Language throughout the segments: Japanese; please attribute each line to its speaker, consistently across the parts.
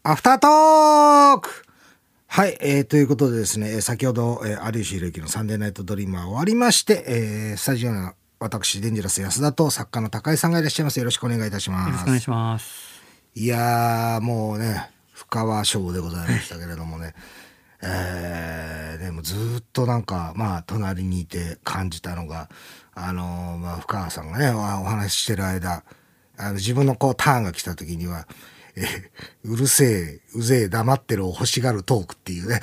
Speaker 1: アフタートーク。はい、ということでですね、先ほど、有吉弘行のサンデーナイトドリーマー終わりまして、スタジオの私デンジャラス安田と作家の高井さんがいらっしゃいます。よろしくお願いいたします。
Speaker 2: よろしくお願いします。
Speaker 1: いやーもうね深川賞でございましたけれどもねでもずっとなんかまあ隣にいて感じたのが深川さんがねお話ししてる間自分のこうターンが来た時にはうるせえうぜえ黙ってるを欲しがるトークっていうね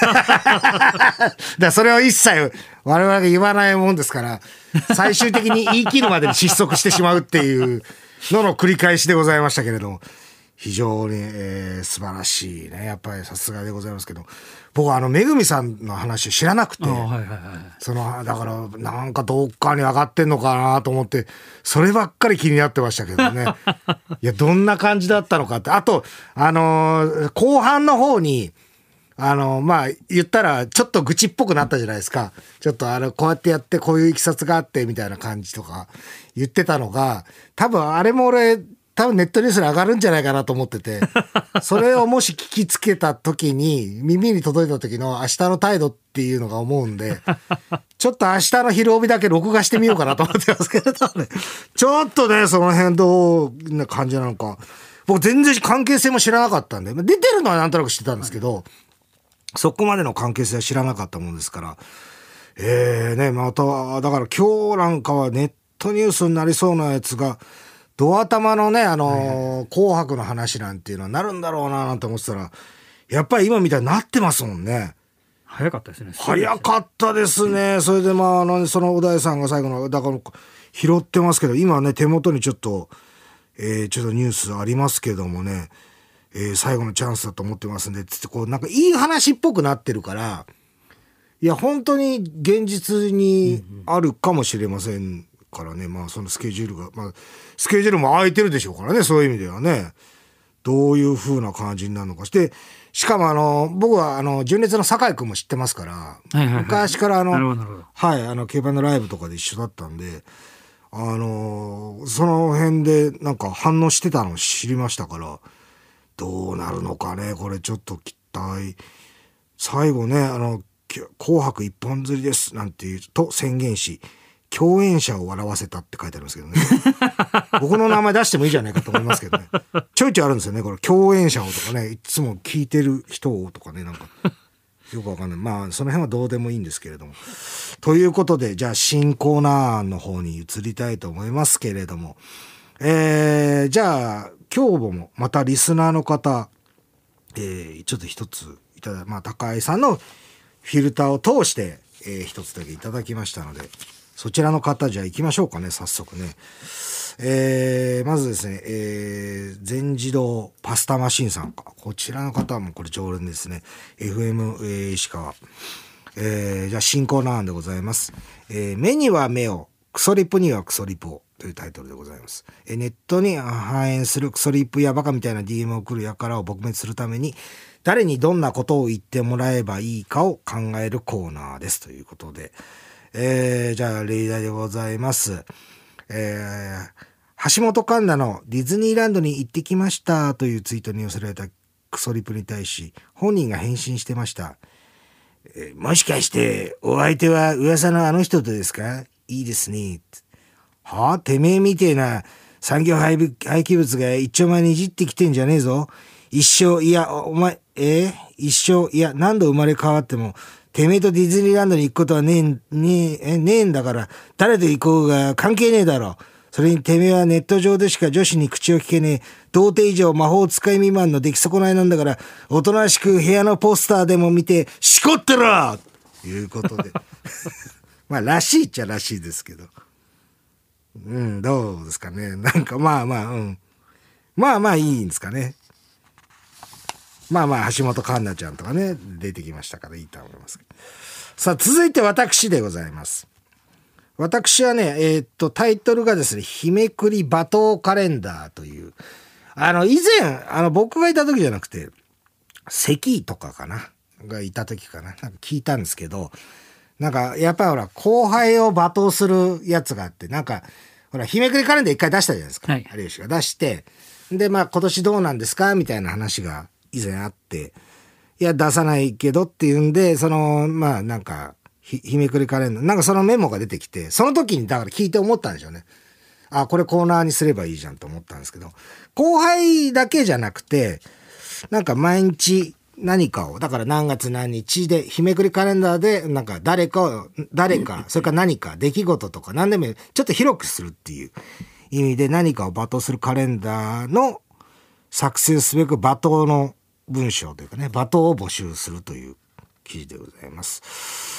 Speaker 1: だそれを一切我々が言わないもんですから最終的に言い切るまでに失速してしまうっていうの繰り返しでございましたけれども、非常に、素晴らしいね、やっぱりさすがでございますけど、僕はめぐみさんの話を知らなくて、だからなんかどっかに上がってんのかなと思ってそればっかり気になってましたけどねいやどんな感じだったのかって、あと後半の方にまあ言ったらちょっと愚痴っぽくなったじゃないですか。ちょっとこうやってやってこういういきさつがあってみたいな感じとか言ってたのが、多分あれも俺多分ネットニュースに上がるんじゃないかなと思ってて、それをもし聞きつけた時に耳に届いた時の明日の態度っていうのが思うんで、ちょっと明日の昼帯だけ録画してみようかなと思ってますけれどね。ちょっとねその辺どうな感じなのか、僕全然関係性も知らなかったんで、出てるのはなんとなく知ってたんですけど、そこまでの関係性は知らなかったもんですから、ね、まただから今日なんかはネットニュースになりそうなやつがドア玉のね紅白の話なんていうのはなるんだろうななんて思ってたら、やっぱり今みたいになってますもんね。
Speaker 2: 早かったですね。
Speaker 1: 早かったですね。それでまあその小田井さんが最後のだから拾ってますけど、今ね手元にちょっとニュースありますけどもね、最後のチャンスだと思ってますんでつってこうなんかいい話っぽくなってるから、いや本当に現実にあるかもしれませんからね。まあそのスケジュールが、まあスケジュールも空いてるでしょうからね、そういう意味ではね、どういう風な感じになるのかして、しかも僕は純烈の酒井君も知ってますから、昔から競馬のライブとかで一緒だったんで、その辺でなんか反応してたのを知りましたから、どうなるのかね、これちょっと期待。最後ね紅白一本釣りですなんていうと宣言し共演者を笑わせたって書いてありますけどね僕の名前出してもいいじゃないかと思いますけどねちょいちょいあるんですよね、これ共演者をとかね、いつも聞いてる人をとかね、なんかよくわかんない。まあその辺はどうでもいいんですけれども、ということでじゃあ新コーナーの方に移りたいと思いますけれども、じゃあ今日もまたリスナーの方、ちょっと一ついただ、まあ高井さんのフィルターを通して、一つだけいただきましたので、そちらの方じゃあ行きましょうかね、早速ね。まずですね、全自動パスタマシンさんか、こちらの方はもうこれ常連ですね。 FM、石川、じゃあ新コーナーでございます。目には目を、クソリップにはクソリップをというタイトルでございます。ネットに反映するクソリップやバカみたいな DM を送る輩を撲滅するために、誰にどんなことを言ってもらえばいいかを考えるコーナーですということで、じゃあ例題でございます。橋本環奈のディズニーランドに行ってきましたというツイートに寄せられたクソリプに対し、本人が返信してました。もしかしてお相手は噂のあの人とですか？いいですね。はあ、てめえみてえな産業廃棄物が一丁前にいじってきてんじゃねえぞ。一生、いやお前一生、いや何度生まれ変わってもてめえとディズニーランドに行くことはねえんだから、誰と行こうが関係ねえだろ。それにてめえはネット上でしか女子に口を聞けねえ童貞以上魔法使い未満の出来損ないなんだから、おとなしく部屋のポスターでも見てしこってろということでまあらしいっちゃらしいですけど、どうですかね。なんかまあいいんですかね。まあ橋本環奈ちゃんとかね出てきましたからいいと思いますけど。さあ続いて私でございます。私はねタイトルがですね、日めくり罵倒カレンダーという、以前僕がいた時じゃなくて関とかかながいた時かな、なんか聞いたんですけど、なんかやっぱりほら後輩を罵倒するやつがあって、なんかほら日めくりカレンダー一回出したじゃないですか、有吉が出して、でまあ今年どうなんですかみたいな話が以前あって、いや出さないけどっていうんで、まあなんか日めくりカレンダーなんかそのメモが出てきて、その時にだから聞いて思ったんでしょうね。あ、これコーナーにすればいいじゃんと思ったんですけど、後輩だけじゃなくてなんか毎日何かを、だから何月何日で日めくりカレンダーでなんか誰かそれから何か出来事とか何でもいい、ちょっと広くするっていう意味で何かを罵倒するカレンダーの作成すべく罵倒の文章というかね、罵倒を募集するという記事でございます。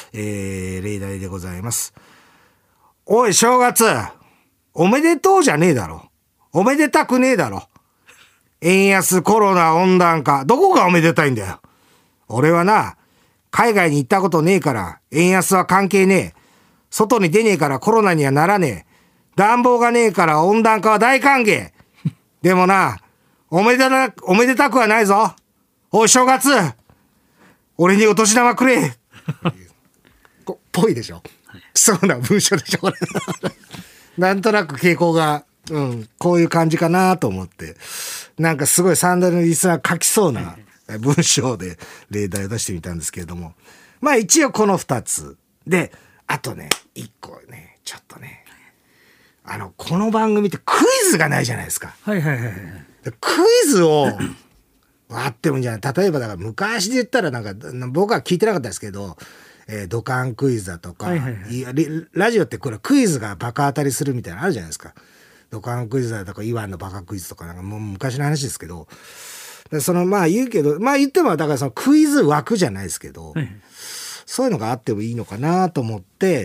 Speaker 1: 例題でございます。おい正月、おめでとうじゃねえだろ。おめでたくねえだろ。円安、コロナ、温暖化、どこがおめでたいんだよ。俺はな、海外に行ったことねえから円安は関係ねえ。外に出ねえからコロナにはならねえ。暖房がねえから温暖化は大歓迎。でもな、おめでたくはないぞ。おい正月、俺にお年玉くれ。ぽいでしょ。そうな文章でしょこれ。なんとなく傾向が、こういう感じかなと思って、なんかすごいサンダルのリスナー書きそうな文章で例題を出してみたんですけれども、まあ一応この2つで、あとね1個ね、ちょっとね、この番組ってクイズがないじゃないですか。
Speaker 2: はいはいはい。
Speaker 1: クイズをあってもいいんじゃない。例えばだから昔で言ったらなんか僕は聞いてなかったですけど、土管クイズだとか、ラジオってこれクイズがバカ当たりするみたいなのあるじゃないですか。土管クイズだとかイワンのバカクイズとかなんかもう昔の話ですけど、まあ言うけど、まあ言ってもだからそのクイズ枠じゃないですけど、そういうのがあってもいいのかなと思って、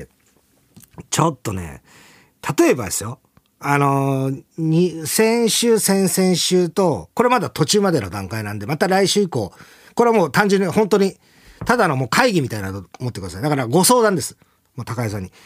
Speaker 1: ちょっとね、例えばですよ、先週先々週とこれまだ途中までの段階なんで、また来週以降これはもう単純に本当にただのもう会議みたいなの思ってください。だからご相談です。もう高井さんに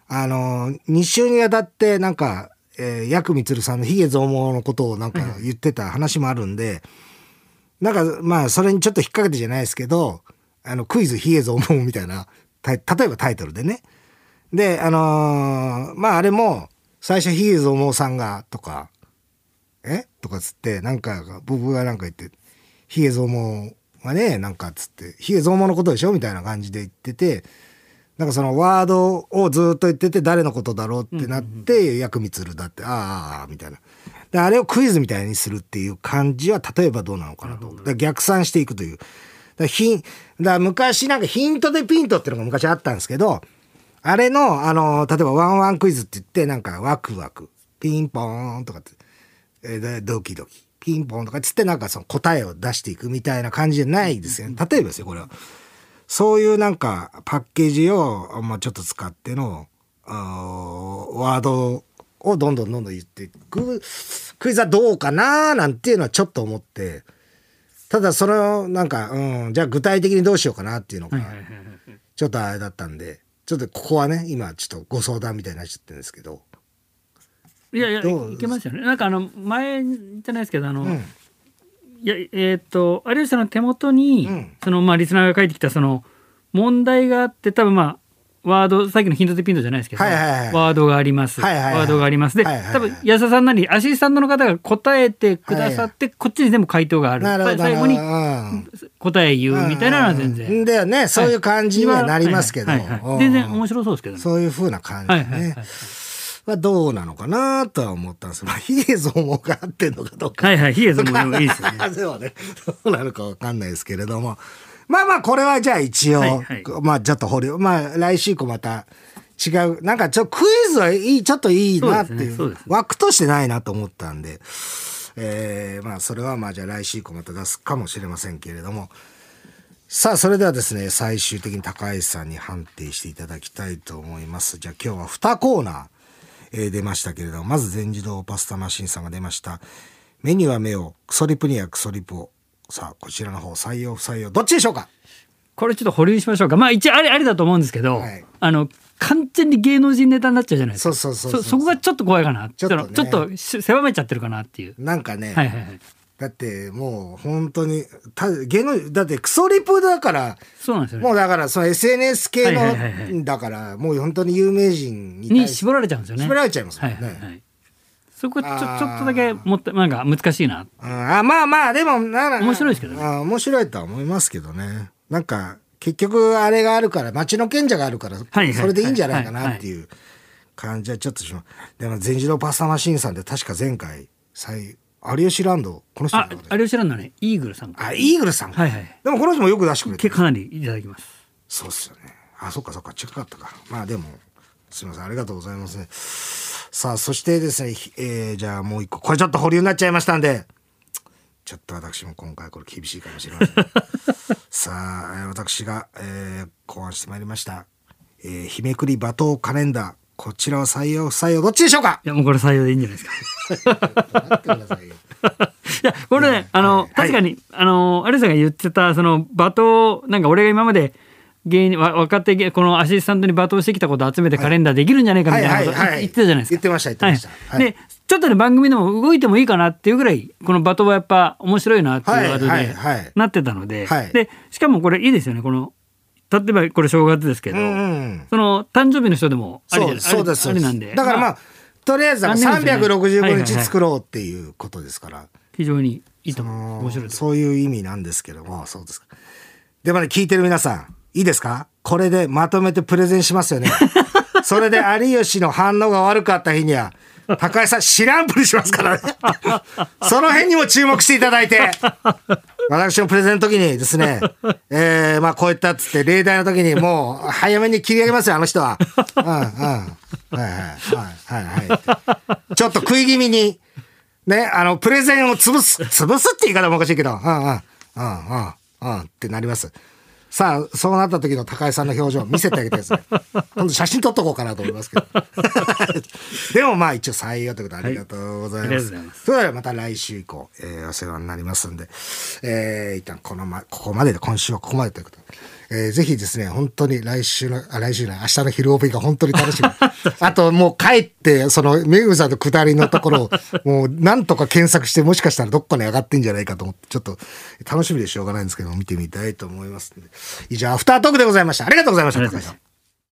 Speaker 1: 2週にわたってなんか、ヤクミツルさんのヒゲ増毛のことをなんか言ってた話もあるんで、なんかまあそれにちょっと引っ掛けてじゃないですけど、クイズヒゲ増毛みたいな例えばタイトルでね、でまああれも最初ヒゲ増毛さんがとかとかつってなんか僕がなんか言ってヒゲ増毛がねなんかつってヒゲ増毛のことでしょみたいな感じで言ってて、なんかそのワードをずっと言ってて誰のことだろうってなって、ヤクミツルだってああみたいな。であれをクイズみたいにするっていう感じは例えばどうなのかなと。だ逆算していくという。だ昔なんかヒントでピントっていうのが昔あったんですけど、あれの例えばワンワンクイズって言ってなんかワクワクピンポーンとかって、ドキドキピンポンとかつってなんかその答えを出していくみたいな感じじゃないですよね。例えばですよこれは。そういうなんかパッケージをまあちょっと使ってのワードをどんどん言っていくクイズはどうかななんていうのはちょっと思って、ただそのなんかじゃあ具体的にどうしようかなっていうのがちょっとあれだったんで、ちょっとここはね今ちょっとご相談みたいになっちゃってるんですけど。
Speaker 2: いやいけますよね。なんか前言ってないですけどいや有吉さんの手元に、そのまあリスナーが書いてきたその問題があって、多分まあワードさっきのヒントでピントじゃないですけど、ワードがあります、ワードがありますで、多分安田さんなりアシスタントの方が答えてくださって、こっちに全部回答がある、最後に答え言うみたいなのは全然
Speaker 1: だよね。そういう感じにはなりますけど、
Speaker 2: 全然面白そうですけどね。
Speaker 1: そういう風な感じね。はどうなのかなとは思ったんですけど、まあ、ヒゲ増毛が合ってんのかどうか。
Speaker 2: ヒゲ増毛いいですよね。
Speaker 1: そうね。どうなるかわかんないですけれども。まあまあ、これはじゃあ一応、まあちょっとまあ来週以降また違う、なんかちょっとクイズはいい、ちょっといいなっていう、枠としてないなと思ったんで、まあそれはまあじゃあ来週以降また出すかもしれませんけれども。さあ、それではですね、最終的に高橋さんに判定していただきたいと思います。じゃあ今日は2コーナー。出ましたけれども、まず全自動パスタマシンさんが出ました目には目を、クソリプにはクソリプを。さあこちらの方採用不採用どっちでしょうか。
Speaker 2: これちょっと保留しましょうか。まあ一応ありだと思うんですけど、完全に芸能人ネタになっちゃうじゃないですか。そこがちょっと怖いかな、ちょっと狭めちゃってるかなっていう。
Speaker 1: なんかね、だってもう本当に芸能だってクソリプだから、
Speaker 2: そうなんですよね。
Speaker 1: もうだからその SNS 系のだからもう本当に有名人に
Speaker 2: 絞られちゃうんですよね。
Speaker 1: 絞られちゃいますもんね。
Speaker 2: そこちょっとだけなんか難しいな。
Speaker 1: まあまあでも
Speaker 2: 面白いですけどね。
Speaker 1: 面白いとは思いますけどね。なんか結局あれがあるから町の賢者があるから、それでいいんじゃないかなっていう感じはちょっとします。でも全自動パスタマシンさんで確か前回有吉ランドこの人
Speaker 2: 有吉ランドね、イーグルさん。
Speaker 1: イーグルさん。
Speaker 2: はいはい。
Speaker 1: でもこの人もよく出してくれて
Speaker 2: かなりいただきます。
Speaker 1: そうっすよね。そっか近かったか。まあでもすみません、ありがとうございますね。さあそしてですね、じゃあもう一個これちょっと保留になっちゃいましたんで、ちょっと私も今回これ厳しいかもしれません。さあ私が、考案してまいりました、日めくり罵倒カレンダー、こちらは採用不採用どっちでしょうか。
Speaker 2: いやもうこれ採用でいいんじゃないですか。
Speaker 1: 待ってくださいよ。
Speaker 2: いやこれね、確かに有吉さんが言ってたその罵倒、なんか俺が今まで芸人若手このアシスタントに罵倒してきたことを集めてカレンダーできるんじゃないかみたいなこと言ってたじゃないですか。
Speaker 1: 言ってました、
Speaker 2: でちょっとね番組でも動いてもいいかなっていうぐらいこの罵倒はやっぱ面白いなっていうワードでなってたので、でしかもこれいいですよね。この例えばこれ正月ですけど、その誕生日の人でもありなんで、
Speaker 1: だからまあとりあえず365日作ろうっていうことですから、
Speaker 2: 非常にいいと思う。面白い。
Speaker 1: そういう意味なんですけども、そうですか。でもね、聞いてる皆さんいいですか、これでまとめてプレゼンしますよね。それで有吉の反応が悪かった日には高橋さん知らんぷりしますからね。その辺にも注目していただいて、私のプレゼンの時にですね、まあこういったっつって例題の時にもう早めに切り上げますよ、あの人は。ちょっと食い気味にね、プレゼンを潰すって言い方もおかしいけど、ってなります。さあそうなった時の高井さんの表情を見せてあげてですね、今度写真撮っとこうかなと思いますけど。でもまあ一応採用ということでありがとうございます。それではまた来週以降、お世話になりますんで、一旦ここまでで、今週はここまでということで、ぜひですね、本当に明日の昼帯が本当に楽しみ。あともう帰ってそのめぐみさんの下りのところをもうなんとか検索して、もしかしたらどっかに上がってんじゃないかと思って、ちょっと楽しみでしょうがないんですけど見てみたいと思いますので、以上アフタートークでございました。ありがとうございました。高井さん。